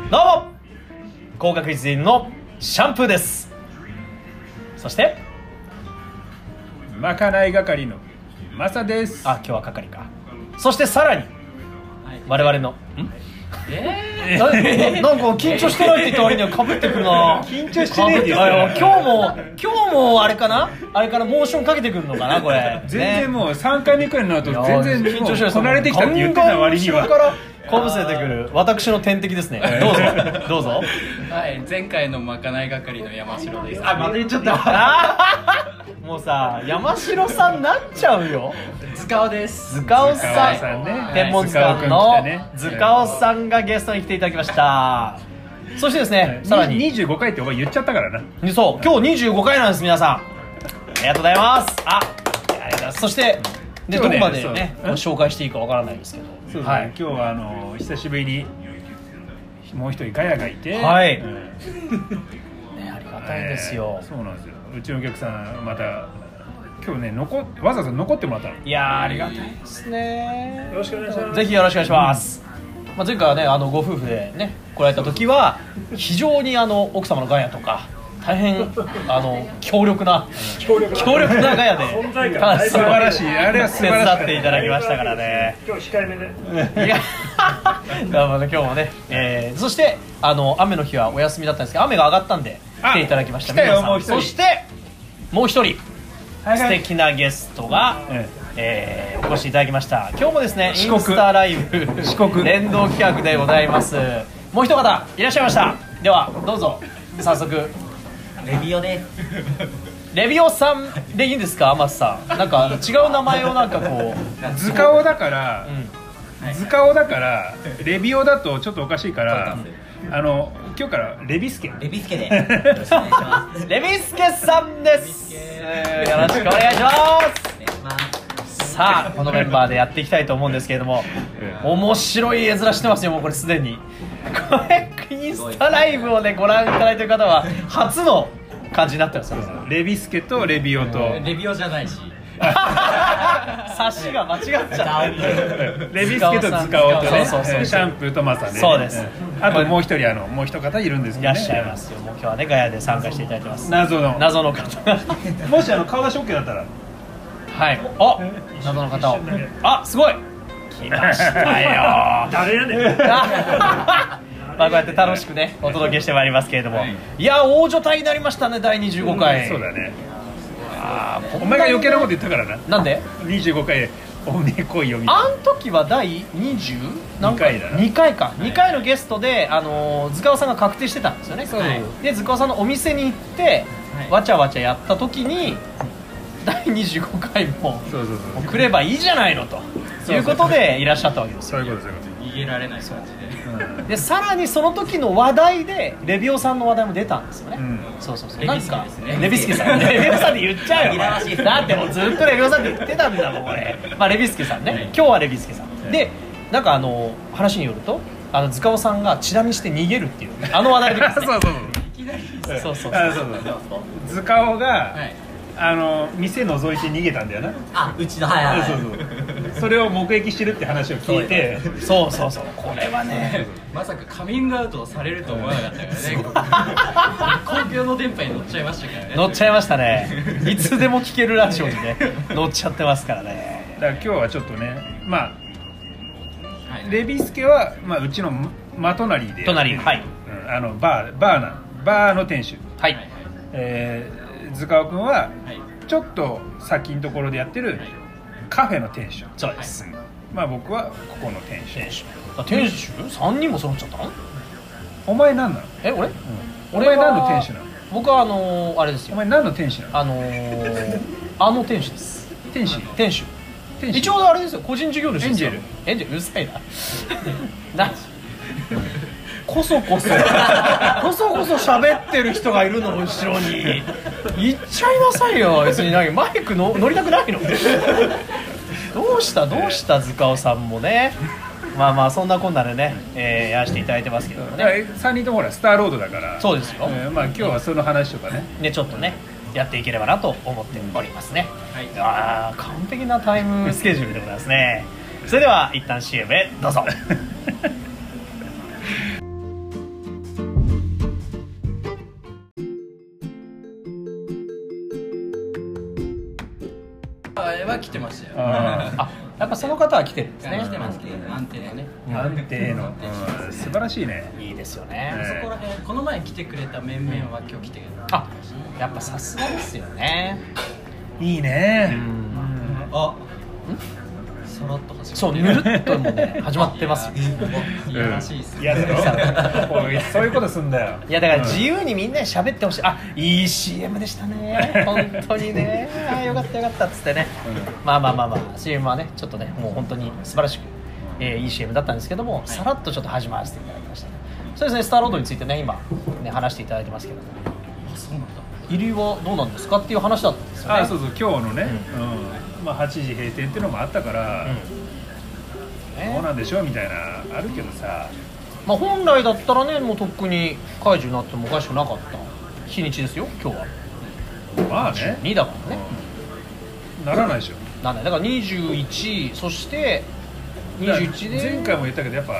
どうも高確率員のシャンプーです。そしてまかない係のマサです。 今日は係か。そしてさらに我々のなんか緊張してないって言った割にはかぶってくるな。 緊張してねえよ。今日もあれかなモーションかけてくるのかなこれ。 全然もう3回目くらいになると全然緊張してる。こなれてきたって言ってた割にはかぶせてくる私の天敵ですね。どうぞはい、前回のまかない係の山城です。また言っちゃった。 もうさ、山城さんになっちゃうよ。 塚尾です。 塚尾さん、天文図鑑の塚尾さんがゲストに来ていただきました。そしてですね、さらに 25回ってお前言っちゃったからな。 そう、今日25回なんです。皆さんありがとうございます。ありがとうございます。そしてどこまでね紹介していいかわからないですけど、 そうですね、今日は久しぶりにもう一人ガヤがいて、 はい、ありがたいですよ。 そうなんですよ。うちのお客さんまた今日ねわざわざ残ってもらったの。 いやありがたいですね。 よろしくお願いします。 ぜひよろしくお願いします。前回はねご夫婦でね来られた時は非常に奥様のガヤとか大変強力なガヤで素晴らしい、あれは素晴らしい、 手伝っていただきましたからね。 今日控えめで。 いや今日もね、そして雨の日はお休みだったんですけど、雨が上がったんで来ていただきました皆さん。そしてもう一人素敵なゲストが、お越しいただきました。今日もですねインスタライブ連動企画でございます。もう一方いらっしゃいました。ではどうぞ早速。 レビオです。 レビオさんでいいんですか。松さんなんか違う名前をなんかこう塚尾だから、塚尾だからレビオだとちょっとおかしいから、今日からレビスケでよろしくお願いします。 レビスケさんです。よろしくお願いします。さあこのメンバーでやっていきたいと思うんですけれども、面白い絵面してますよ。もうこれすでにこれインスタライブをねご覧いただいている方は初の感じになってますよ。 レビスケとレビオと、 レビオじゃないし差しが間違っちゃってレビスケと塚尾とね、 そうシャンプーとマサね。 そうです。 あともう一人もう一方いるんですけどね。 いらっしゃいますよ。もう今日はねガヤで参加していただいてます。 謎の方もし顔出し OK だったら、 はい、謎の方をすごい来ましたよ。 誰やねん。 こうやって楽しくねお届けしてまいりますけれども、いや大所帯になりましたね第25回。 そうだね。お前が余計なこと言ったからな。 なんで 25回おめえ来いよみたいな。 あん時は第20何回だな。2回のゲストで塚尾さんが確定してたんですよね。で塚尾さんのお店に行ってわちゃわちゃやった時に第25回も来ればいいじゃないのということでいらっしゃったわけですよ。 そういうことですよ。 逃げられない感じでさらにその時の話題でレビオさんの話題も出たんですよね。そうレビスケですね。 レビスケさんレビオさんで言っちゃうよ。だってもうずっとレビオさんって言ってたんだもんこれ。レビスケさんね、今日はレビスケさんで、なんか話によると塚尾さんがチラ見して逃げるっていう話題でそう塚尾が店覗いて逃げたんだよな。 うちのそれを目撃してるって話を聞いて、 そうこれはねまさかカミングアウトをされると思わなかったからね。公共の電波に乗っちゃいましたからね。 乗っちゃいましたね。いつでも聞けるラジオにね乗っちゃってますからね。 だから今日はちょっとねレビスケはうちの真隣で隣、はい、 バーの店主、 はい、 塚尾君はちょっと先のところでやってるカフェの店主。 そうです。 僕はここの店主 3人も揃っちゃったの。 お前何なの。 俺お前何の店主なの。 僕はあれですよ。 お前何の店主なの。 店主です。店主一応あれですよ、個人事業主ですよ。エンジェルうるさいなこそ喋ってる人がいるの後ろに言っちゃいなさいよ。別にマイク乗りたくないの。どうした塚尾さんもね。そんなこんなでね、やらせていただいてますけどもね。 3人ともほらスターロードだから。 そうですよ。 今日はその話とかねちょっとねやっていければなと思っておりますね。完璧なタイムスケジュールでございますね。それでは一旦 CM へどうぞ。 は来てましたよ。 あ、やっぱその方は来てるんですね。 来てますけど、安定のね。 安定の、素晴らしいね。 いいですよね。 そこら辺、この前来てくれた面々は今日来てくれた。 あ、やっぱさすがですよね。 いいね。 あ、さらっと始まる。 そう、ぬるっともね始まってますよ。 いやらしいっす。 嫌だろ。おい、そういうことすんだよ。 いやだから自由にみんなで喋ってほしい。あ、いい CM でしたね。本当にね。あ、よかったよかったっつってね。まあ CM はねちょっとねもう本当に素晴らしく、いい CM だったんですけども、さらっとちょっと始まらせていただきましたね。そうですね、スターロードについてね今ね話していただいてますけども。 あ、そうなんだ。 入りはどうなんですかっていう話だったんですよね。 あ、そうそう、今日のね、まあ8時閉店っていうのもあったから、どうなんでしょうみたいなあるけどさ。 まあ本来だったらねもうとっくに解除になってもおかしくなかった日にちですよ今日は。 まあね。 2だからね。 ならないでしょ。 なんだだから21、そして21で前回も言ったけどやっぱ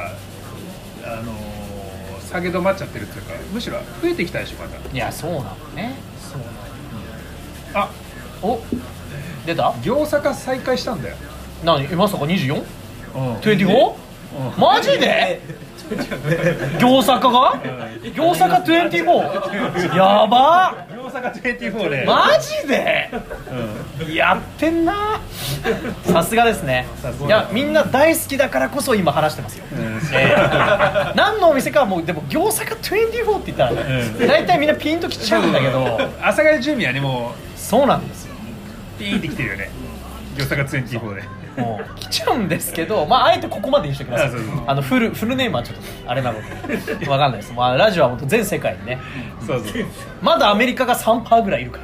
下げ止まっちゃってるっていうか、むしろ増えてきたでしょまた。 いやそうなのね。 そうなんだ。 あ、 お、出た。 業者化再開したんだよ。 何まさか 24？ 24？マジで？業者化が？業者化 24？ やば。 業者化24で。 マジで？やってんな。さすがですね。いやみんな大好きだからこそ今話してますよ。何のお店かはもうでも業者化24って言ったら大体みんなピンときちゃうんだけど、 阿佐ヶ谷住民はねもそうなんですよ。 うピーンってきてるよね。業者化24で。 もう来ちゃうんですけど、まああえてここまでにしておきます。フルネームはちょっとあれなのでわかんないです。まあラジオは本当全世界にね。 そうそう。 まだアメリカが 3% ぐらいいるから。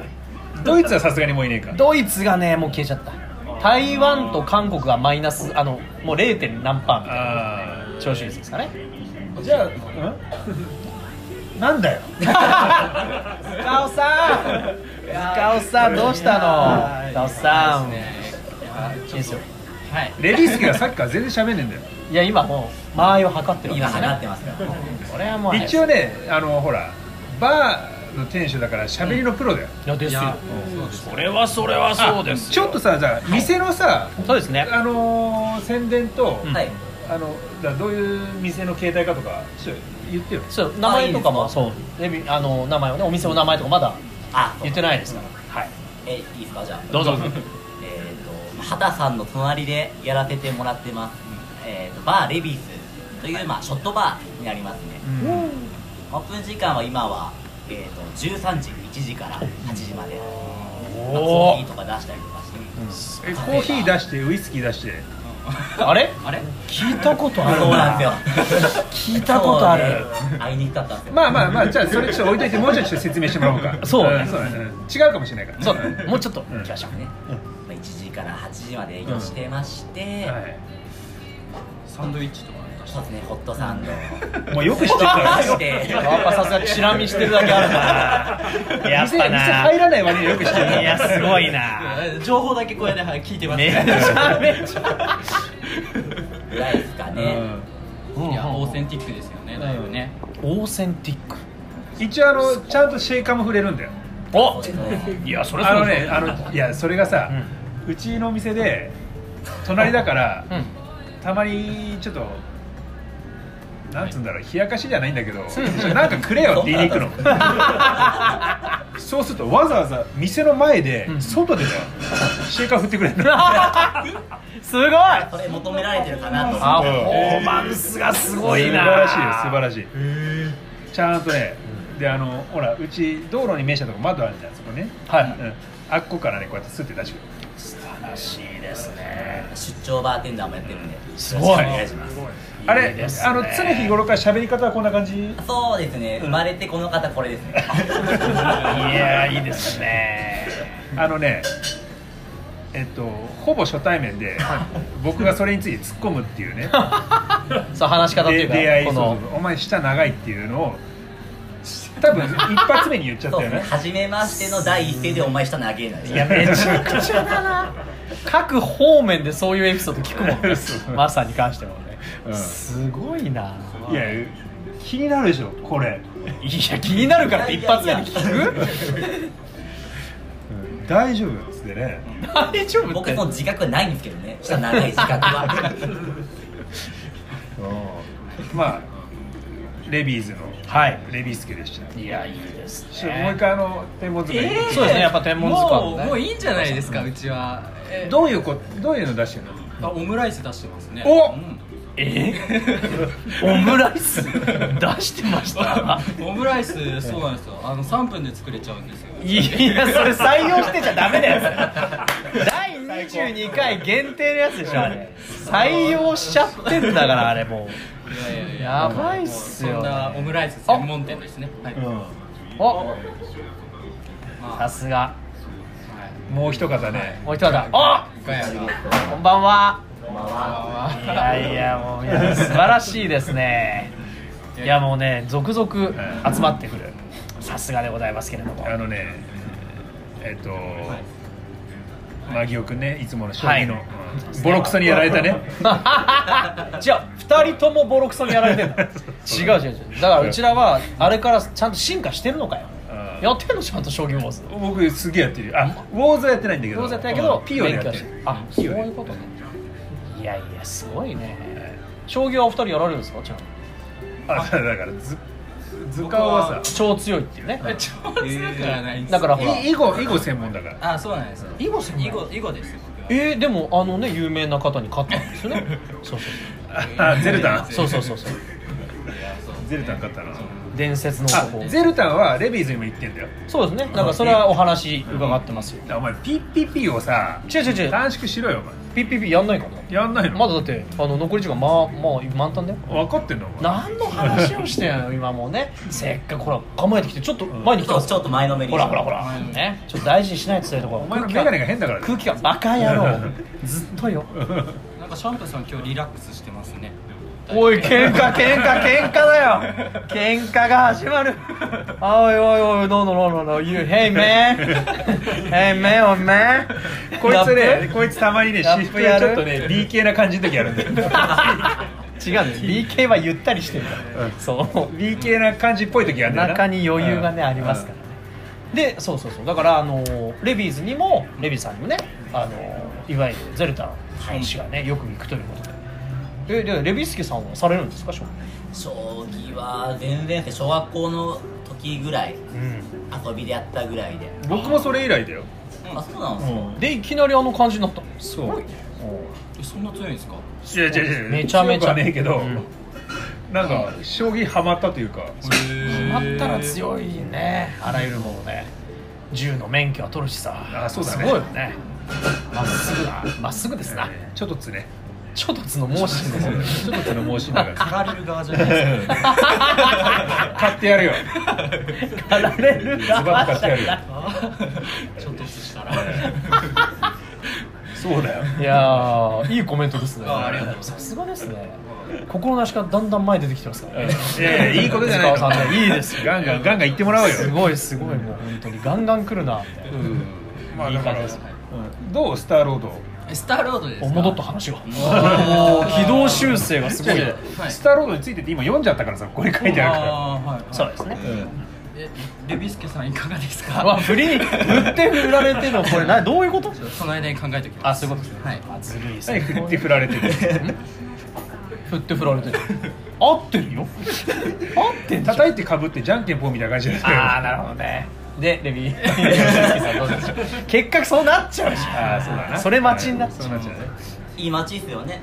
ドイツはさすがにもういねえか。 ドイツがねもう消えちゃった。台湾と韓国がマイナスもう 0. 何パーみたいな調子率ですかね。 じゃあ、なんだよ。 塚尾さんどうしたの。塚尾さんいいですよ。 はい。 レディースキがさっきから全然喋んねえんだよ。 いや今もう間合いを測ってるんですよね。 今測ってますよ。 これはもう一応ねほらバーの店主だから喋りのプロだよ。 いやですよ。それはそうです。 ちょっとさ、じゃあ店のさ、 そうですね。 宣伝と、 はい。 どういう店の形態かとかちょっと言ってよ。 そう名前とかもそう名前をねお店の名前とかまだ言ってないですから。はい。 いいですかじゃあ。 どうぞ。 畑さんの隣でやらせてもらってます。バーレビースというショットバーになりますね。オープン時間は今は13時1時から8時まで。コーヒーとか出したりとかして。 コーヒー出してウイスキー出して。 あれ聞いたことある。 そうなんですよ。 聞いたことある。 会いに行ったんですよ。 まあじゃあそれちょっと置いといてもうちょっと説明してもらおうか。 そうね。 違うかもしれないから。 そうもうちょっと行きましょうね。 1時から8時まで営業してまして、 サンドイッチとかそうですね、ホットサンドもうよく知ってるからやっぱさすがチラ見してるだけあるな。やっぱな店入らない割によく知ってる。 いやすごいな。 情報だけこれで聞いてます。 めちゃめちゃぐらいですかね。 いやオーセンティックですよねだいぶね。 オーセンティック。 一応ちゃんとシェイカーも触れるんだよ。 おいやそれいやそれがさ、うちのお店で隣だからたまにちょっとなんつうんだろう、冷やかしじゃないんだけどなんかくれよって言いに行くの。そうするとわざわざ店の前で外でシェイカー振ってくれるの。 すごい。 それ求められてるかなと。 パフォーマンスがすごいな。 素晴らしいよ素晴らしい。ちゃんとねでほらうち道路に面したとこ窓あるじゃんそこね。 はい。 あっこからねこうやってスッて出してくる。 素晴らしいですね。 出張バーテンダーもやってるんで。 すごい。 お願いします。 あれ常日頃から喋り方はこんな感じ。 そうですね。生まれてこの方これですね。 いやいいですね。 ほぼ初対面で僕がそれについて突っ込むっていうね。 そう話し方っていうか出会いそうお前舌長いっていうのを多分一発目に言っちゃったよね。 初めましての第一声でお前下投げない。 いやめちゃくちゃだな。各方面でそういうエピソード聞くもんね。マサに関してもね。すごいな。 いや気になるでしょこれ。 いや気になるからって一発目に聞く。 大丈夫っつってね。 大丈夫って僕その自覚はないんですけどね、下長い自覚はまあレビーズのはいレビスケでした。 いやいいですもうね一回天文図鑑、 そうですねやっぱ天文図鑑ねもういいんじゃないですか、うちは。 どういうの出してるの？ オムライス出してますね。 おオムライス出してましたオムライス、そうなんですよ。3分で作れちゃうんですよ。 いやそれ採用してちゃダメだよ第22回限定のやつでしょあれ。採用しちゃってんだからあれもういやばいっすよねそんなオムライス専門店ですね。はい。 おさすがもう一方ね。 もう一方あガヤがこんばんは。 こんばんは。 いやいやもういや素晴らしいですね。いやもうね続々集まってくるさすがでございますけれどもマギオくんね、いつもの将棋のボロクソにやられたね。 違う2人ともボロクソにやられてるの違うだからうちらはあれからちゃんと進化してるのかよ。やってんのちゃんと将棋ウォーズ。 僕すげえやってるよ。ウォーズはやってないんだけど。 ウォーズやってないけどピオでやってる。 そういうことね。いやいやすごいね。将棋はお二人やられるんですかちゃんと。 だから図鑑はさ超強いっていうね。 超強くはないんです。 だからほら囲碁専門だから。 そうなんですよ。囲碁ですよ。 でも有名な方に勝ったんですよねそうゼルタンそうゼルタン勝ったな。 伝説の男。 ゼルタンはレビーズにも行ってんだよ。 そうですねなんかそれはお話伺ってますよ。 お前ピッピピをさ違う短縮しろよお前。 ピッピッピやんないかな。 やんないの？ まだだって残り時間まあ満タンだよ。 分かってんのお前。 何の話をしてんの今もうねせっかくほら構えてきてちょっと前に来てます。 ちょっと前のめりにほらねちょっと大事にしないとそういうところ。 お前のメガネが変だからね。 空気がバカ野郎ずっとよ。 なんかシャンプーさん今日リラックスしてますね。 おい喧嘩だよ喧嘩が始まる。おいno you hey manお前こいつたまにねラップやるちょっとね BK な感じの時あるんだよ。 違うんです BK はゆったりしてるからそう BK な感じっぽい時あるんだよな。 中に余裕がねありますからね。でそうだからレビーズにもレビーさんにもねいわゆるゼルタの選手がねよく行くということで。でレビスケさんはされるんですか将棋は全然小学校の時ぐらい、遊びでやったぐらいで。 僕もそれ以来だよ。 そうなんですよ。 でいきなり感じになったの。 すごいね。 そんな強いんですか？ いやめちゃめちゃ強くはねえけど、なんか将棋ハマったというか。 ハマったら強いね。あらゆるものね。銃の免許は取るしさ。 そうだね。 すごいよね。まっすぐですな。 ちょっとつね。 ちょっとつの申し子ちょっとつの申し子だから。 狩られる側じゃないですか。 買ってやるよ。 狩られる側買ってやるよ。 ちょっとつしたら。 そうだよ。 いやいいコメントですね。 ありがとうございます。 さすがですね。心なしかだんだん前出てきてますからね。 いいことじゃないの。 塚尾さんねいいですよ。 ガンガン言ってもらおうよ。 すごいもう本当にガンガン来るなみたいな。 まあだからいい感じですね。 どうスターロード。 スターロードですか？ 戻った話が。軌道修正がすごい。 スターロードについてって今読んじゃったからさ、ここに書いてあるから。 そうですね。 レビスケさんいかがですか？ 振って振られてのこれどういうこと？ その間に考えておきます。 そういうことですね。 はい。 ずるいです振ね。 って振られてる。 振って振られてる。合ってるよ。合ってんじゃん。 叩いてかぶってじゃんけんぽんみたいな感じですよ。 なるほどね。でレビーさんどうでしょう。結果そうなっちゃうし。 そうだな。 それ待ちになっちゃう。 そうなっちゃうね。 いい街ですよね。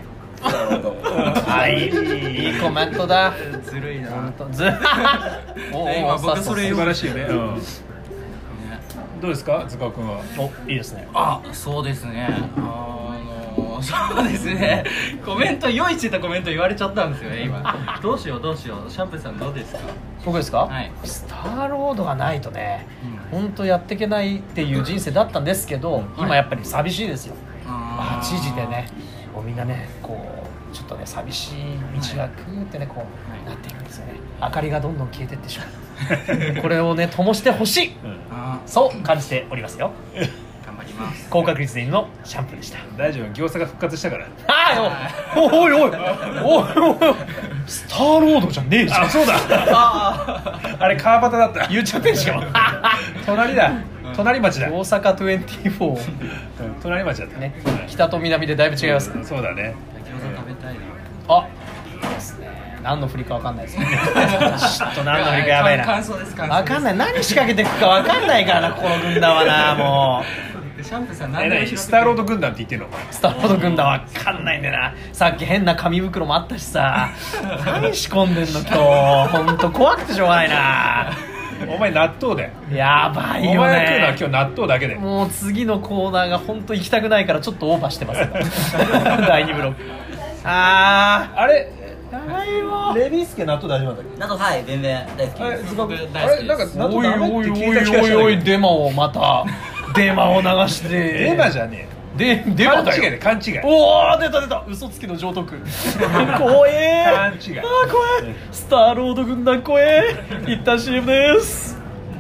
いいコメントだ。 ずるいな。 今僕それ素晴らしいよね。どうですか塚尾君は。 いいですね。 そうですね。そうですね。コメント用意してたコメント言われちゃったんですよね今。どうしよう。シャンプーさんどうですか？ 僕ですか？ はい。 スターロードがないとね、本当やっていけないっていう人生だったんですけど、今やっぱり寂しいですよ。8時でね、もうみんなねこうちょっとね寂しい道がクーってねこうなっていくんですよね。明かりがどんどん消えてってしまう。これをね灯してほしい。そう感じておりますよ。 頑張ります。 高確率でいいのシャンプーでした。 大丈夫、餃子が復活したから。 おいスターロードじゃねえじゃん。 そうだ。あれ川端だった。 言っちゃってんしかも。 隣だ。 隣町だ。 大阪24 隣町だったね。北と南でだいぶ違いますね。 そうだね。 餃子食べたいな。 あ、いいですね。何の振りか分かんないですね。ちょっと何の振りかやばいな。 感想です。 分かんない。何仕掛けていくか分かんないからな、この軍団はな、もう。 シャンプーさん何でスターロード軍団って言ってんの？ スターロード軍団分かんないんだよな。さっき変な紙袋もあったしさ。何仕込んでんの今日。ほんと怖くてしょうがないな。 お前納豆だよ。 やばいよね。 お前が食うのは今日納豆だけで。 もう次のコーナーが本当行きたくないからちょっとオーバーしてます第2ブロック。 あれやばいよ。 レビースケ納豆大丈夫なんだっ納豆、はい全然大好きです。 すごくけ？ 大好きなんかです。 納豆ダメって聞いた気がしたんだけど。 おいデマをまたデマを流してデマじゃねデえ。 マだよ。 勘違いで勘違い。 おお出た嘘つきの上徳。怖え勘違い。 怖え。スターロード軍団怖え。一旦 CM です。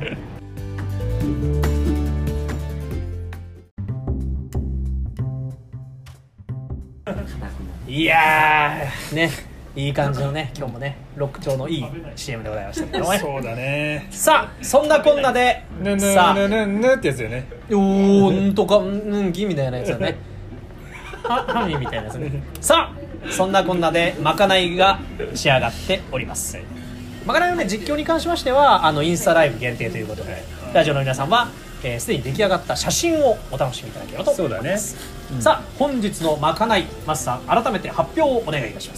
いやーね、いい感じのね、今日もねロック調のいい CM でございましたけどね。 そうだね。 さあそんなこんなでさあってやつよね。 おーんとかギみたいなやつだね。ハミみたいなやつね。さあそんなこんなでまかないが仕上がっております。まかないのね実況に関しましてはインスタライブ限定ということで、ラジオの皆さんはすでに出来上がった写真をお楽しみいただければと思います。 そうだね。 さあ本日のまかないマスさん改めて発表をお願いいたします。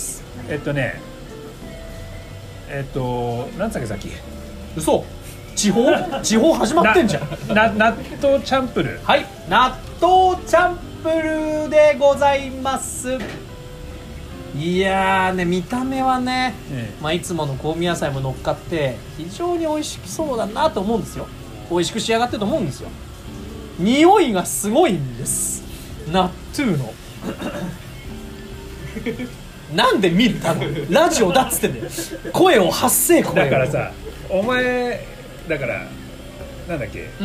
なんつったっけさっき。 嘘、地方始まってんじゃん。 納豆チャンプルー。 はい、納豆チャンプルーでございます。いやーね、見た目はね、いつもの香味野菜も乗っかって非常に美味しそうだなと思うんですよ。美味しく仕上がってると思うんですよ。匂いがすごいんです、納豆の。なんで見るたの、ラジオだっつってんだよ。声を発声。声だからさ、お前だからなんだっけ、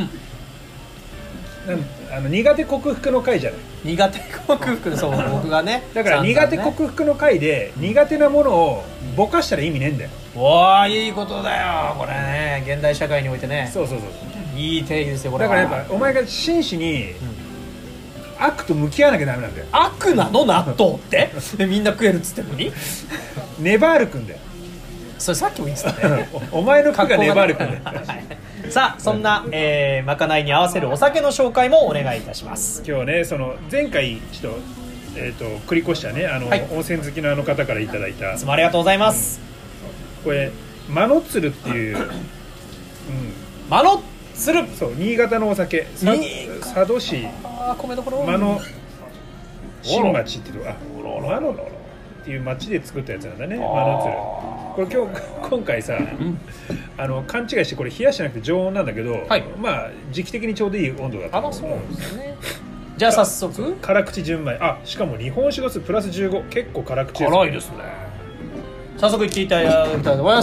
苦手克服の回じゃない。 苦手克服、そう僕がね。 だから苦手克服の回で苦手なものをぼかしたら意味ねえんだよ。 おー、いいことだよこれね。現代社会においてね、 そういい定義ですよこれは。 だからやっぱお前が真摯に悪と向き合わなきゃダメなんだよ。 悪なの納豆ってみんな食えるっつってんのに。 ネバールくんだよ。 それさっきも言ってたね。 お前の服がネバールくんだよ。 さあそんな、まかないに合わせるお酒の紹介もお願いいたします。 今日ね、その前回ちょっと繰り越したね、温泉好きの方からいただいた、 いつもありがとうございます。 これマノツルっていう、 マノツル、 そう新潟のお酒、佐渡市米どころ真野新町っていうと真野っていう町で作ったやつなんだね。マノツル、これ今回さ、勘違いしてこれ冷やしてなくて常温なんだけど、まあ時期的にちょうどいい温度だと思う。 そうですね。じゃあ早速辛口純米、しかも日本酒度数プラス15、結構辛口です。 辛いですね。早速いっていただきたいと思います。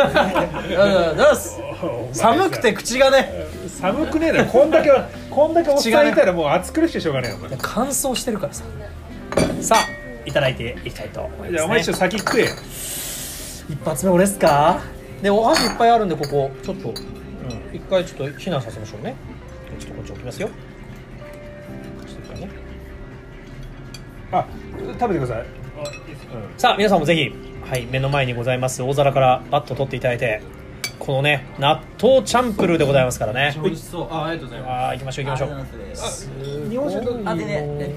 寒くて口がね、 寒くねえだろ。こんだけおっさんいたらもう暑苦しくてしょうがないよ。 乾燥してるからさ。さあいただいていきたいと思います、ね。 じゃあお前ちょっと先食え。 一発目俺ですか。でお箸いっぱいあるんで、ここちょっと一回ちょっと避難させましょうね。ちょっとこっち置きますよ。ね、 食べてください。 さあ皆さんもぜひ、目の前にございます大皿からバッと取っていただいて、このね納豆チャンプルーでございますからね。 美味しそう。ありがとうございます。 行きましょう行きましょう。 日本酒とありがとうご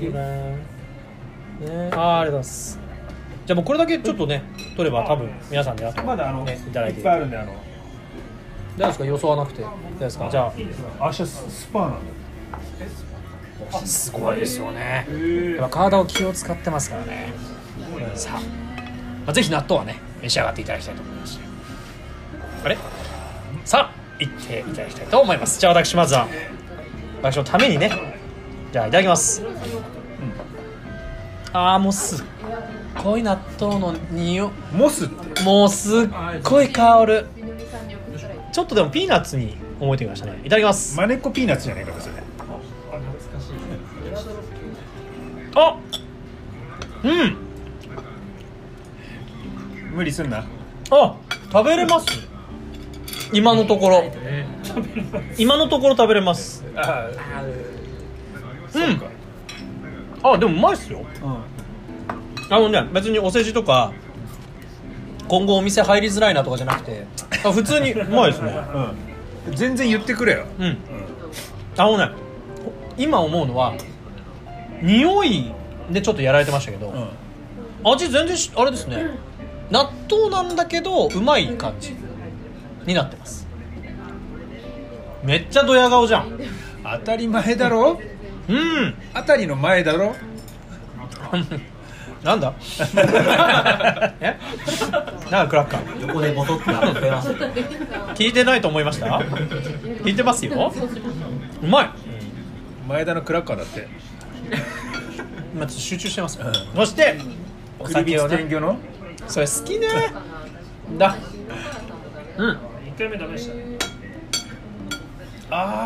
ざいます。じゃあもうこれだけちょっとね取れば多分皆さんでまだいただいていっぱいあるんで、 大丈夫ですか、予想はなくて大丈夫ですか。じゃあ明日スパーなんだ。 すごいですよね。やっぱ体を気を使ってますからね。さあ、ぜひ納豆はね召し上がっていただきたいと思います。あれ、さあ行っていただきたいと思います。じゃあ私まずは私のためにね、じゃあいただきます。もうすっごい納豆の匂い、 モスってもうすっごい香る。ちょっとでもピーナッツに思えてきましたね。いただきます。 マネッコピーナッツじゃないかそれ。 無理すんな。 食べれます。 今のところ食べれます。あ、でもうまいっすよ。別にお世辞とか今後お店入りづらいなとかじゃなくて、普通にうまいですね。 全然言ってくれよ。 今思うのは匂いでちょっとやられてましたけど、味全然あれですね、納豆なんだけどうまい感じになってます。めっちゃドヤ顔じゃん。 当たり前だろ。当たりの前だろ。 なんだえ、なんかクラッカー横でボトッと食べました。 聞いてないと思いました？聞いてますよ。うまい。 前田のクラッカーだって。 今ちょっと集中してます。そしてお酒をね、 天魚のそれ好きねだ。1 回目ダメでした。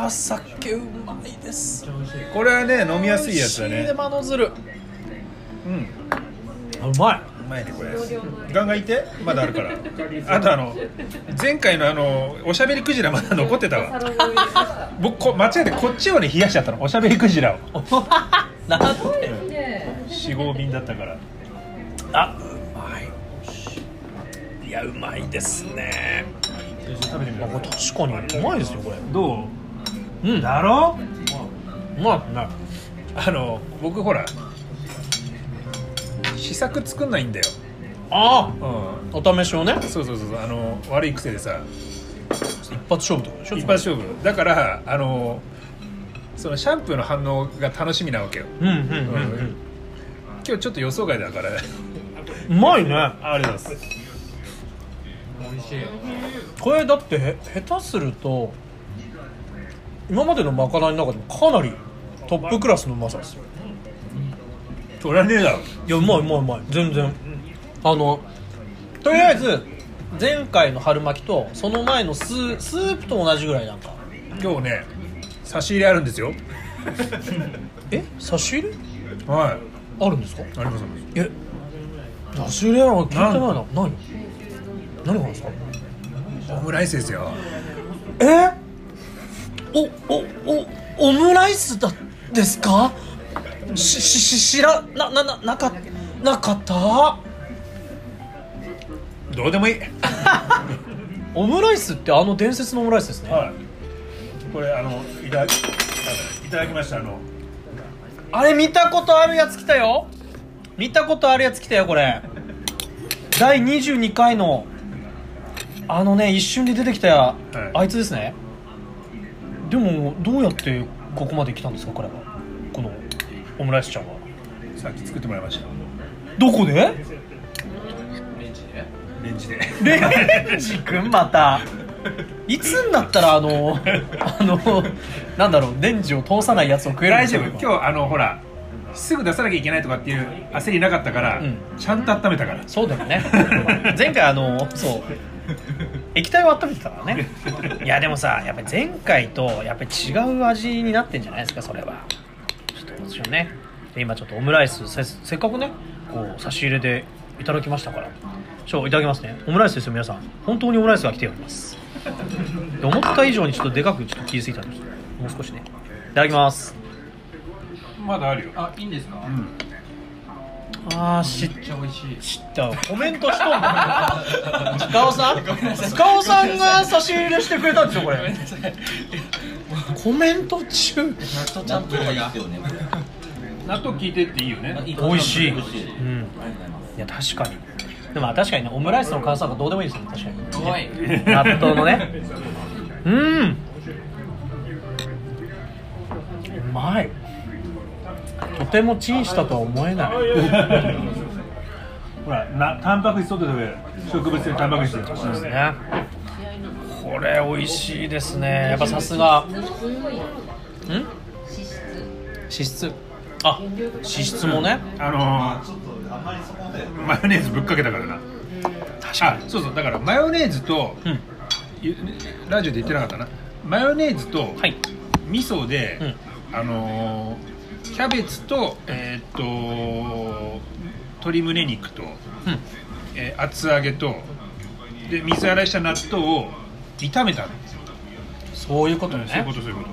酒うまいです。 これはね、飲みやすいやつだね。 でまのずる。うまい。 うまいねこれ。ガンガンいて、まだあるから。あと前回のおしゃべりクジラまだ残ってたわ。僕間違えてこっちをね冷やしちゃったの、おしゃべりクジラを。 なんで 4、5便だったから。 うまい。いや、うまいですね。 食べてみよう。 確かにうまいですよこれ。 どう？だろ？ うまいね。 僕ほら試作作んないんだよ。お試しをね。 そう悪い癖でさ、 一発勝負とかでしょ。 一発勝負だからそのシャンプーの反応が楽しみなわけよ。今日ちょっと予想外だからうまいね。 ありがとうございます。 美味しい。 これだって下手すると今までのまかないの中でもかなりトップクラスのうまさですよ。 そりゃねえだろ。 いや、うまい全然。とりあえず前回の春巻きとその前のスープと同じぐらいなんか。 今日ね差し入れあるんですよ。 差し入れはいあるんですか？ あります。 差し入れは聞いてないな。何がですか？ オムライスですよ。 オムライスですか？なかった。 どうでもいい。 オムライスって伝説のオムライスですね。 これいただきました。 あれ見たことあるやつ来たよ。これ第22回の一瞬で出てきた、あいつですね。でもどうやってここまで来たんですか？彼はこのオムライスちゃんは。 さっき作ってもらいました。 どこで？ レンジで。 レンジ君またいつになったらなんだろう、レンジを通さないやつを食えるんですよ。 今日ほらすぐ出さなきゃいけないとかっていう焦りなかったから、ちゃんと温めたから。 そうだよね。前回そう液体を温めてたからね。いやでもさ、やっぱり前回とやっぱり違う味になってんじゃないですか、それは。ちょっと私はね、今ちょっとオムライスせっかくねこう差し入れでいただきましたから、いただきますね。オムライスですよ皆さん。本当にオムライスが来ております。で思った以上にちょっとでかくちょっと切りすぎたんです。もう少しね。いただきます。 まだあるよ。 いいんですか？ めっちゃ美味しい。知ったコメントしとんだ。塚尾さんが差し入れしてくれたんですよこれ。コメント中。 納豆ちゃんといいですよね。 納豆聞いてっていいよね。 美味しい。いや確かに。でも確かにね、オムライスの感想がどうでもいいですね。確かに。納豆のね。うまい。とてもチンしたとは思えない。 ほらタンパク質取って食べる。植物性タンパク質ですね。これ美味しいですね。やっぱさすが。脂質。脂質もね。 マヨネーズぶっかけたからな。そうだからマヨネーズと、ラジオで言ってなかったな。マヨネーズと味噌で、キャベツと鶏胸肉と、厚揚げとで水洗いした納豆を炒めた。 そういうことね、 そういうことそういうこと。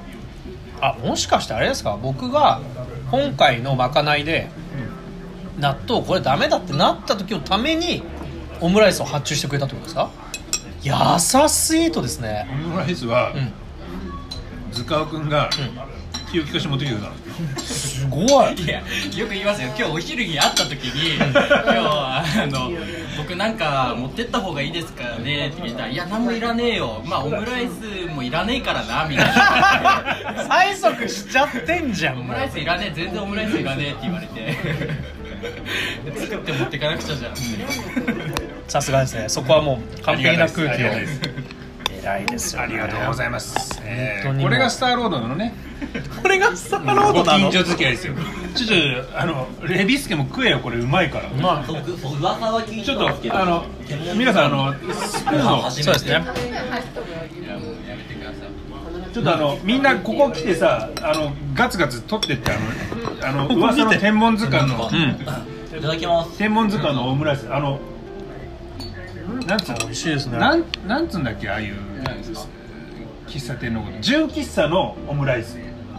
あ、もしかしてあれですか、僕が今回のまかないで納豆これダメだってなった時のためにオムライスを発注してくれたってことですか。優しいとですね。 オムライスは、塚尾くんが気を利かして持ってきてくれた。 すごい。 いや、よく言いますよ。今日お昼に会った時に今日僕なんか持ってった方がいいですかねって聞いたら、いや何もいらねえよ、まあオムライスもいらねえからなみたいな。 催促しちゃってんじゃん。 オムライスいらねえ、全然オムライスいらねえって言われて作って持ってかなくちゃじゃん。 さすがですね。そこはもう完璧な空気を。偉いですよね。 ありがとうございます。 本当にこれがスターロードのね、 これがスターロードなの。 ご近所付き合いですよ。ちょっとレビスケも食えよ、これうまいから。 そう噂は聞いちょってますけど、 と皆さんスプーンをそうですね。 いやもうやめてください。 ちょっとみんなここ来てさ、ガツガツ取ってって噂の天文図鑑の、 いただきます。 天文図鑑のオムライス、なんつうの、 美味しいですね。 なんつうんだっけ、ああいう喫茶店のこと、純喫茶のオムライス。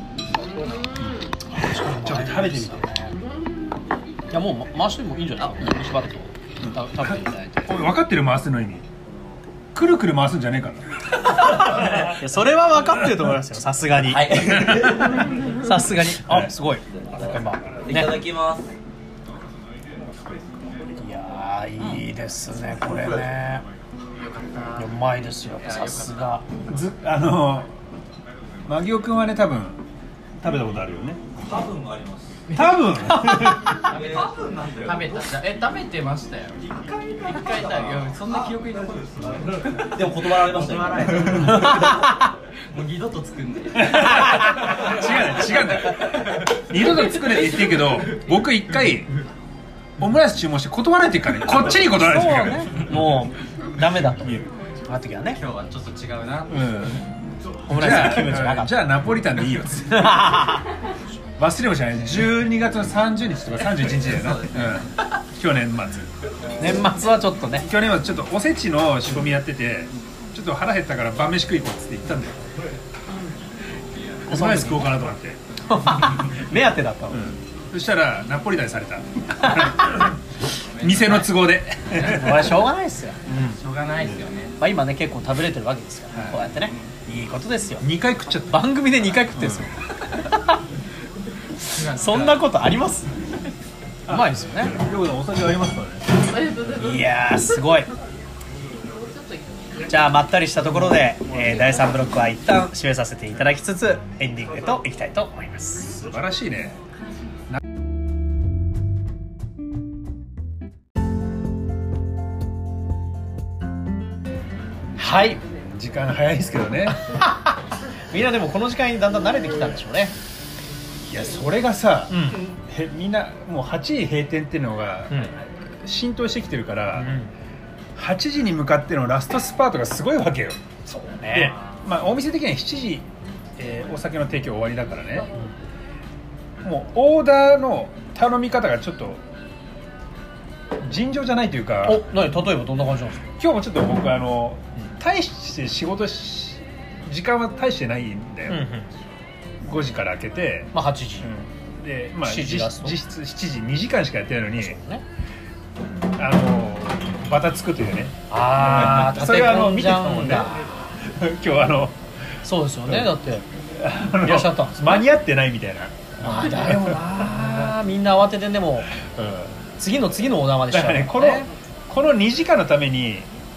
ちょっと食べてみて。 いやもう回してもいいんじゃないですか。しばらく食べていただいて。 おい、分かってる、回すの意味。くるくる回すんじゃねえからいやそれは分かってると思いますよ。さすがに。 はい。 さすがに。あ、すごい。 いただきます。 いやーいいですねこれね。うまいですよ。さすが。 マギオくんはね、多分食べたことあるよね。 多分あります。 多分食べた。食べてましたよ。一回いやそんな記憶に残る。 でも断られましたよ。 もう二度と作んない。 違うんだよ。二度と作れって言ってるけど、僕一回オムライス注文して断られてるからね。こっちに断られてるからね。 もうダメだとあ時はね。 今日はちょっと違うな。 オムライスの気分じゃなかった。 じゃあナポリタンでいいよっつって。忘れもしない。12月の30日とか31日だよな。去年末。 年末はちょっとね。 去年はちょっとおせちの仕込みやってて、ちょっと腹減ったから晩飯食い行こうっつって言ったんだよ。オムライス食おうかなと思って。 目当てだったの。 そしたらナポリタンにされた。店の都合で。 これはしょうがないですよ。 しょうがないですよね。 まあ今ね結構食べれてるわけですから、こうやってねいいことですよ。 2回食っちゃった。 番組で2回食ってるんですよ。そんなことあります？うまいですよね。 お酒ありますからね。 いやーすごい。じゃあまったりしたところで、第3ブロックは一旦締めさせていただきつつエンディングへといきたいと思います。 素晴らしいね。 はい、 時間早いですけどね。 みんなでもこの時間にだんだん慣れてきたんでしょうね。 いや、それがさ、みんなもう8時閉店っていうのが浸透してきてるから、8時に向かってのラストスパートがすごいわけよ。 そうで、 ね。 まあ、お店的には7時、お酒の提供終わりだからね、もうオーダーの頼み方がちょっと尋常じゃないというか。 例えばどんな感じなんですか？ 今日もちょっと僕大して仕事時間は大してないんだよ。5時から開けて、 まあ8時、 で、まあ、 7時ラスト実質7時2時間しかやってないのに、 ね、 バタつくというね。 ああ、 それは見てたもんね。今日そうですよね。だっていらっしゃったんです。 間に合ってないみたいな。 あだよな。みんな慌ててでも、次のオーダーまでしちゃうからね。 この2時間のために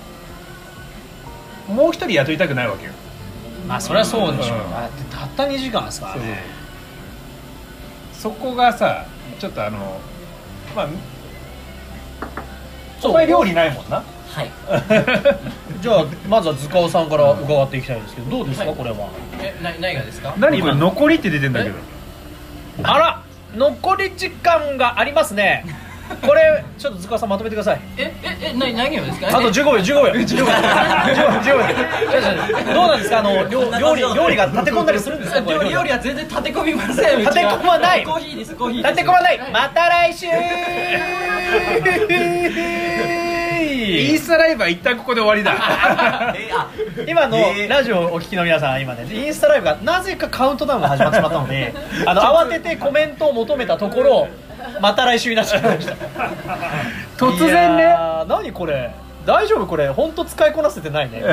もう一人雇いたくないわけよ。 まあそれはそうでしょう。だってたった2時間ですからね。 そこがさ、ちょっとまあお前料理ないもんな。 はい。 じゃあまずは塚尾さんから伺っていきたいんですけど、どうですかこれは。 何がですか？ 何これ残りって出てんだけど。 あら、残り時間がありますね。これちょっと塚尾さんまとめてください。 何をですか？ あと15秒。どうなんですか？料理が立て込んだりするんですか？ 料理は全然立て込みません。 立て込まない。 コーヒーです。立て込まない。また来週。 いインスタライブは一旦ここで終わりだ今のラジオをお聞きの皆さん、今ねインスタライブがなぜかカウントダウンが始まってしまったので慌ててコメントを求めたところまた来週になっちゃいました突然ね。 何これ大丈夫？これ本当使いこなせてないね。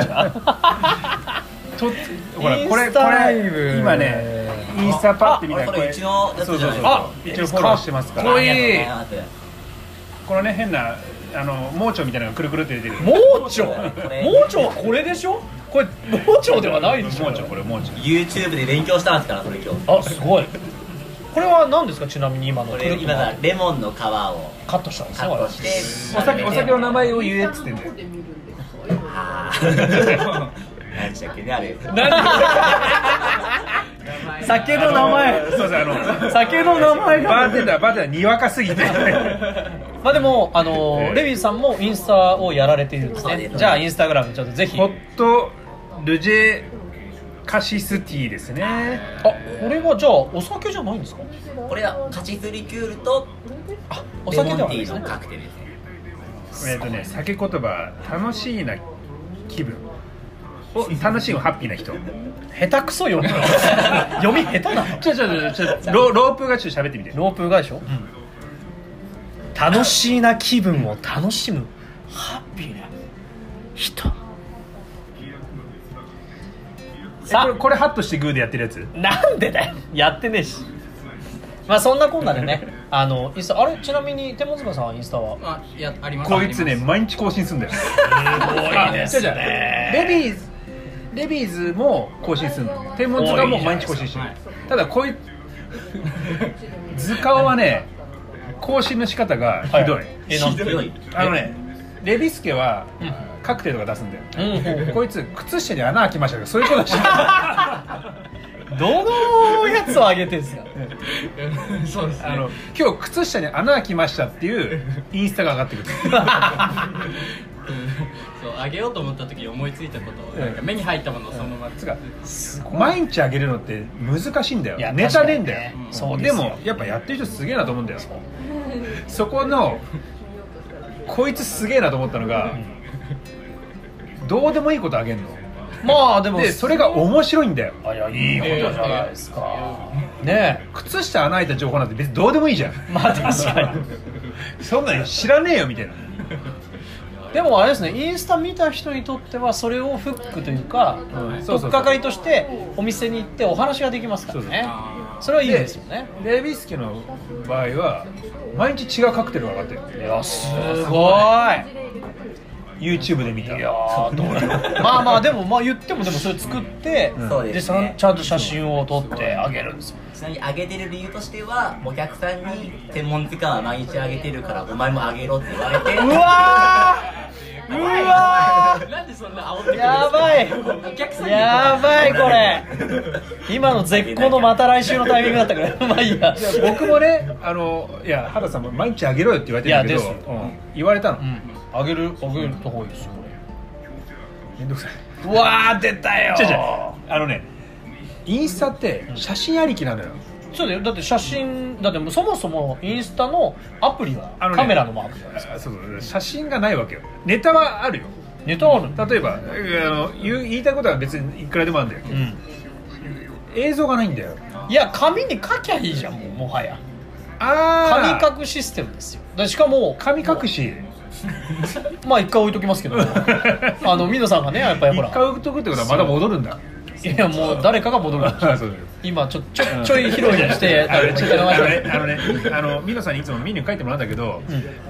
ほらこれ今ねインスタパッて見たらこれうちのやつじゃないですか。 あ、一応フォローしてますから。 かっこいい。 このね変な盲腸みたいなのがくるくるって出てる。 盲腸はこれでしょ？これ盲腸ではないでしょ？ 盲腸これ盲腸。 YouTube で勉強したんですからそれ今日。 あ、すごい。これは何ですか？ちなみに今のこれ今だレモンの皮をカットしたんですカね。 ットしてお酒の名前を言えっつってんだよ。 何でしたっけねあれ。 酒の名前。 そうそう酒の名前が。 バーテンダーにわかすぎて。 まあでもレビンさんもインスタをやられているんですね。じゃあインスタグラムちょっとぜひ。 ホットルジェカシスティーですね。 あ、これはじゃあお酒じゃないんですか？ これはカシスリキュールとおレモ酒ではないですね。 ンティーのカクテルですね。 酒言葉楽しいな気分を楽しむハッピーな人。 下手くそ読み読み下手なの？ ちょロープがちょっと喋ってみて。 ロープがでしょ、楽しいな気分を楽しむハッピーな人。さあこれハッとしてグーでやってるやつ。 なんでだよ、やってねえし。まあそんなこんなでねインスタあれ、ちなみに手塚さんはインスタは？ あります。 こいつね毎日更新するんだよ。 すごいですね。 レビーズも更新するの。天文図鑑も毎日更新してる。ただこい図鑑はね更新の仕方がひどい。 なんで？ レビスケはカクテルとか出すんだよ。こいつ靴下に穴開きましたけどそういうことだし。 どのやつを上げてんすか？ そうですね。 今日靴下に穴開きましたっていうインスタが上がってくる。 そうあげようと思った時に思いついたことをなんか目に入ったものをそのままつか毎日あげるのって難しいんだよ。 いやネタねえんだよ。 そうですよ。 でもやっぱやってる人すげえなと思うんだよ。そこのこいつすげえなと思ったのが、どうでもいいことあげんの。 まあでもそれが面白いんだよ。 いや、いいことじゃないですか。ねえ、 靴下穴開いた情報なんて別にどうでもいいじゃん。 まあ確かに。 そんなに知らねえよみたいな。 でもあれですね、インスタ見た人にとってはそれをフックというか、取っかかりとしてお店に行ってお話ができますからね。それはいいですよね。 レビスケの場合は毎日違うカクテルが上がってる。 いや、すごい。 YouTube で見た。 いやどうまあでも言ってもそれ作って、 そうですね。 ちゃんと写真を撮ってあげるんですよ。 ちなみにあげてる理由としてはお客さんに天文図鑑は毎日あげてるからお前もあげろって言われて。 うわーなんでそんな煽ってくるんですか？ やばいお客さんにやばいこれ今の絶好のまた来週のタイミングだったからまあいいや。 僕もねいや原さんも毎日あげろよって言われてるんだけど、言われたの。 あげるとこいいですよこれ。 めんどくさい。 うわー出たよ。 インスタって写真ありきなのよ。 そうだよ。だって写真だってそもそもインスタのアプリはカメラのマークじゃないですか。 そう写真がないわけよ。ネタはあるよ。 ネタある。 例えば言いたいことは別にいくらでもあるんだよ。映像がないんだよ。 いや紙に書きゃいいじゃん。もはや紙書くシステムですよ。しかも紙書しまあ一回置いときますけど皆さんがねやっぱりほら一回置いとくってことはまだ戻るんだ。 いやもう誰かが戻る今ちょい広いにして皆さんにいつもメニュー書いてもらうんだけど、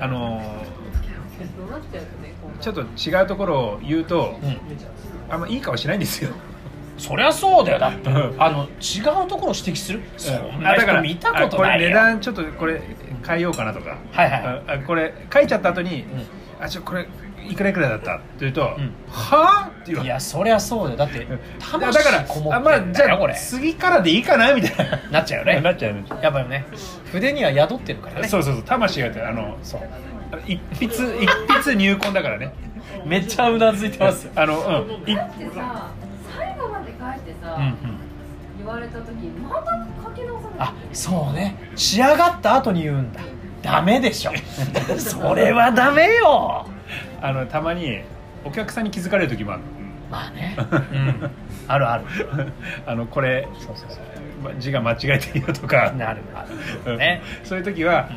ちょっと違うところを言うと、あんまいい顔しないんですよ。 そりゃそうだよ。だって違うところを指摘する。そんな人見たことないよ。 これ値段ちょっとこれ変えようかなとか、これ書いちゃった後に、これいくらいくらだったって言うと、はぁって言う。 いやそりゃそうだよ。だって魂こもってんだよこれ。次からでいいかなみたいななっちゃうよね。 なっちゃうやっぱりね、筆には宿ってるからね。 そう魂が一筆入魂だからね。 めっちゃうなずいてますよ。 最後まで書いてさ、言われた時にまた書き直さない。 あ、そうね。仕上がった後に言うんだ。ダメでしょ。それはダメよ。 たまにお客さんに気づかれる時もある。 まあね、あるあるこれ字が間違えてるよとかなるね。 そういう時は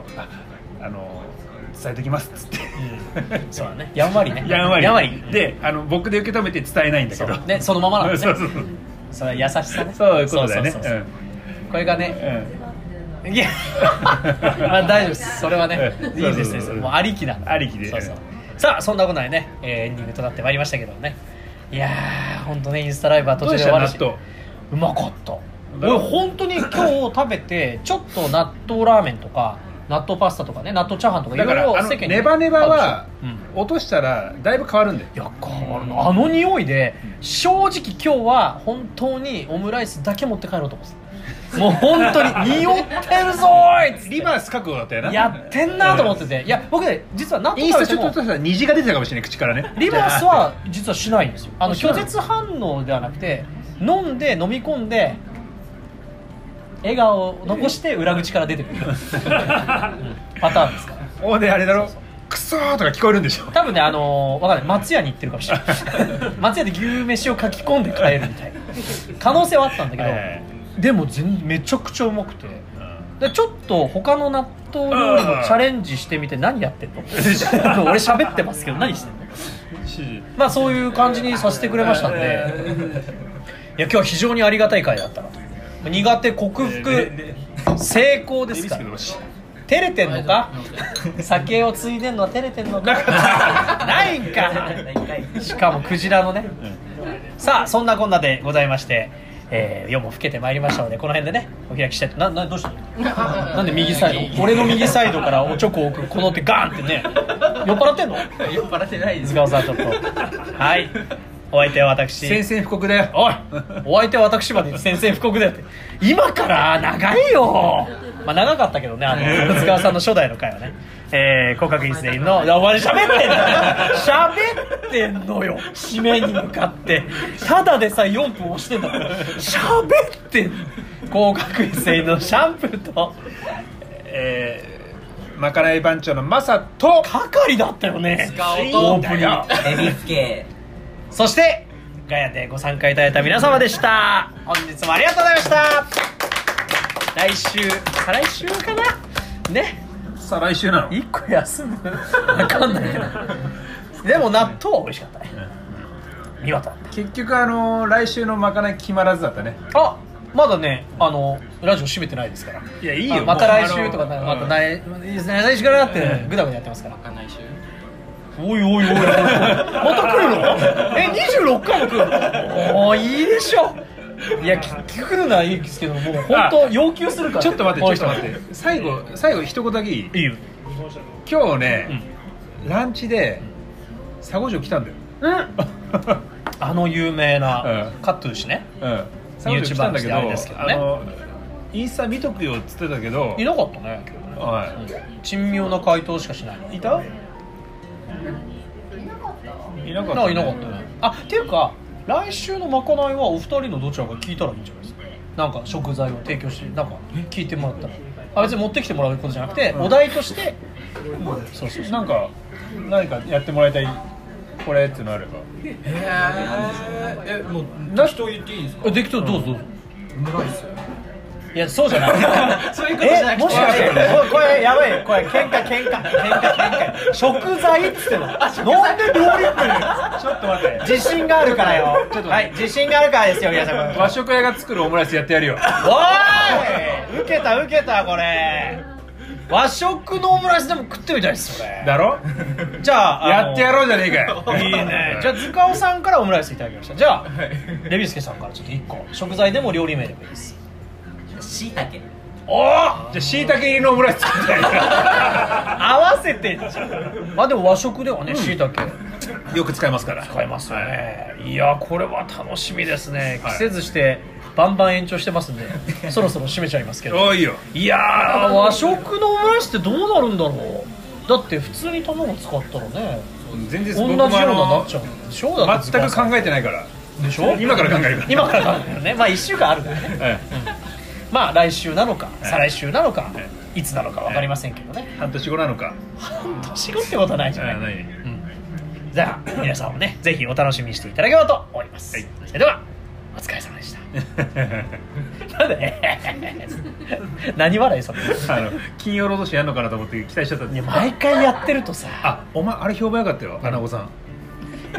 伝えときますっつって、 そうだね、やんわりね、 やんわりで僕で受け止めて伝えないんだけどね、そのままなんですね。 そうそれは優しさね。 そういうことだよね。 これがね、いやまあ大丈夫です、それはねいいですね、もうありきなんで、 ありきで。 さあそんなことないね、エンディングとなってまいりましたけどね。いやー本当ね、インスタライブは途中で終わるし、うまかった。俺本当に今日食べてちょっと納豆ラーメンとか納豆パスタとかね、納豆チャーハンとかいろいろ世間にネバネバは落としたらだいぶ変わるんだよ。 いや変わるの、あの匂いで正直今日は本当にオムライスだけ持って帰ろうと思ってた。もう本当に匂ってるぞーい、 リバース覚悟だったよな。 やってんなと思ってて、いや僕ね実は納豆インス食べてもタちょっと虹が出てたかもしれない、口からね。 リバースは実はしないんですよ。拒絶反応ではなくて、飲んで飲み込んで笑顔を残して裏口から出てくるパターンですから。 おであれだろ、クソーとか聞こえるんでしょ。 多分ねわかんない、松屋に行ってるかもしれない松屋で牛飯を書き込んで帰るみたいな可能性はあったんだけど、でもめちゃくちゃうまくて、でちょっと他の納豆料理もチャレンジしてみて、何やってんの俺喋ってますけど何してんのまあそういう感じにさせてくれましたんで、いや今日は非常にありがたい回だったなと。苦手克服成功ですから。照れてんのか酒をついでんのは照れてんのかないんかしかもクジラのね。さあそんなこんなでございまして、夜も更けてまいりましたので、この辺でねお開きしたいと。どうしたのなんで右サイド、俺の右サイドからおちょこを置くこの手ガーンってね、酔っ払ってんの？ 酔っ払ってないです。 塚尾さんちょっとはい、お相手は私宣戦布告だよ。 おいお相手は私まで宣戦布告だよって。今から長いよ。まあ長かったけどね、塚尾さんの初代の回はね、広角一斉のお前喋ってんのよ締めに向かって。ただでさえ4分押してんだから喋ってんの。広角一斉のシャンプーとまかない番長のマサと係だったよね。 塚尾とオープニングエビスケそしてガヤでご参加いただいた皆様でした。本日もありがとうございました。来週再来週かなね、 さあ来週なの 1個休む分かんないけどでも納豆は美味しかったね、見事。 結局来週のまかない決まらずだったね。 あ、まだねラジオ閉めてないですから。 いやいいよ、 また来週とかまたないいいですね、来週からってグダグダやってますから。 かんないし。 おいおいおいまた来るの26回も来るの。もういいでしょ。いや来るのはいいですけど、もう本当要求するから。 ちょっと待って最後一言だけいい？ いいよ。 今日ね、ランチで佐護城来たんだよ。 有名なカットゥーシね、 佐護城来たんだけど、 ね、 インスタ見とくよっつってたけどいなかったね今日ね。珍妙な回答しかしないの。 いた？いなかったね。あ、っていうか来週のまかないはお二人のどちらか聞いたらいいんじゃないですか。なんか食材を提供してなんか聞いてもらったら、別に持ってきてもらうことじゃなくて、お題として、そうなんか何かやってもらいたいこれっていうのあれば。 もう適当言っていいんですか？ 適当どうぞ。 オムライス。 いやそうじゃないそういうことじゃなくて、 もしかしてこれやばい、これ喧嘩食材っつっての。なんで料理ってちょっと待って、 自信があるからよ。はい、自信があるからですよ皆さん。 和食屋が作るオムライスやってやるよ。 おい、受けたこれ。和食のオムライスでも食ってみたいですそれ。 だろ？ じゃあやってやろうじゃねえかよ。 いいね。じゃあ塚尾さんからオムライスいただきました。じゃあレビュースケさんからちょっと1個食材でも料理名でもいいです。 しいたけ。 おー、 じゃあしいたけ入りのオムライス作りたい。 合わせてんじゃん。まあでも和食ではね、しいたけよく使いますから。 使いますよね。いやこれは楽しみですね。季節してバンバン延長してますんでそろそろ締めちゃいますけど。 いいよ。 いやー和食のオムライスってどうなるんだろう。だって普通に卵使ったらね全然同じようななっちゃうでしょ。だって全く考えてないからでしょ。 今から考えるから。 今から考えるね。まあ1週間あるからね、まあ来週なのか再来週なのかいつなのか分かりませんけどね。 半年後なのか。 半年後ってことはないじゃない。 じゃあ皆さんもねぜひお楽しみにしていただければと思います、はい、それではお疲れ様でしたなんで何笑いそれ金曜ロードショーやんのかなと思って期待しちゃったんです。 いや毎回やってるとさあ、お前あれ評判良かったよ、アナゴさん。アナゴ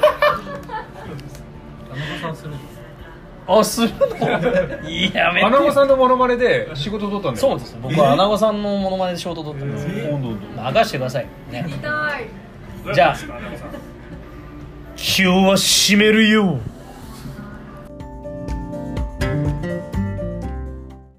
さんするの？ あ、するの？いやめて。 アナゴさんのモノマネで仕事取ったんだよ。 そうです。僕はアナゴさんのモノマネで仕事取ったんです。流してくださいね。 痛い。 じゃあ今日は締めるよ。